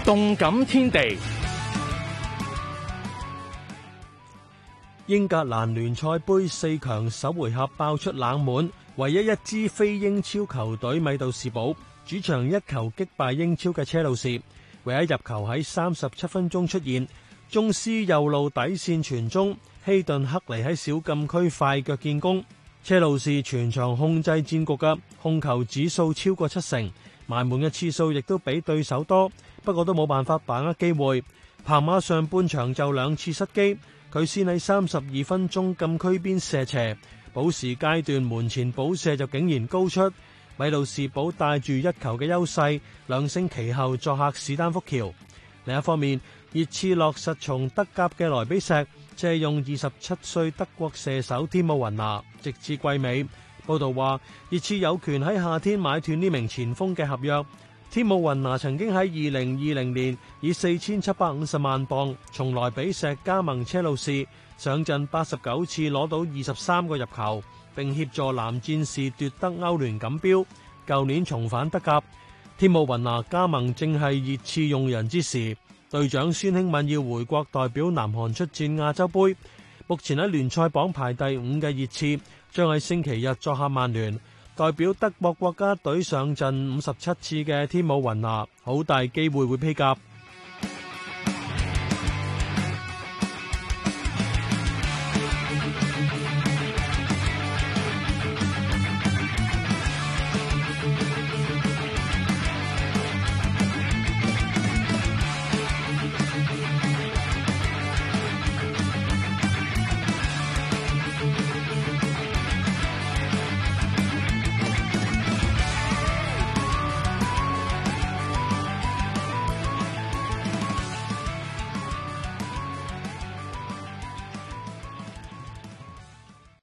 動感天地， 英格蘭聯賽盃4強首回合爆出冷門，唯一一支非英超球隊米杜士堡主場1球擊敗英超嘅車路士，唯一入球喺37分鐘出現，宗斯右路底線傳中，希頓克尼喺小禁區快腳建功。車路士全場控制戰局嘅控球指數超過70%，埋門嘅次數亦都比對手多，不過都冇辦法把握機會。彭馬上半場就2次失機，佢先喺32分鐘禁區邊射斜，補時階段門前補射就竟然高出。米杜士堡帶住1球嘅優勢，兩星期後作客史丹福橋。另一方面，熱刺落實從德甲嘅萊比錫借用27歲德國射手天姆雲拿，直至季尾。報道話，熱刺有權喺夏天買斷呢名前鋒嘅合約。天姆雲拿曾經喺2020年以4750萬鎊從萊比錫加盟車路士，上陣89次攞到23個入球，並協助藍戰士奪得歐聯錦標。舊年重返德甲，天姆雲拿加盟正係熱刺用人之時。隊長孫興慜要回國代表南韓出戰亞洲盃。目前喺聯賽榜排第5嘅熱刺，將喺星期日作客曼聯。代表德國國家隊上陣57次嘅天姆雲拿，好大機會會披甲。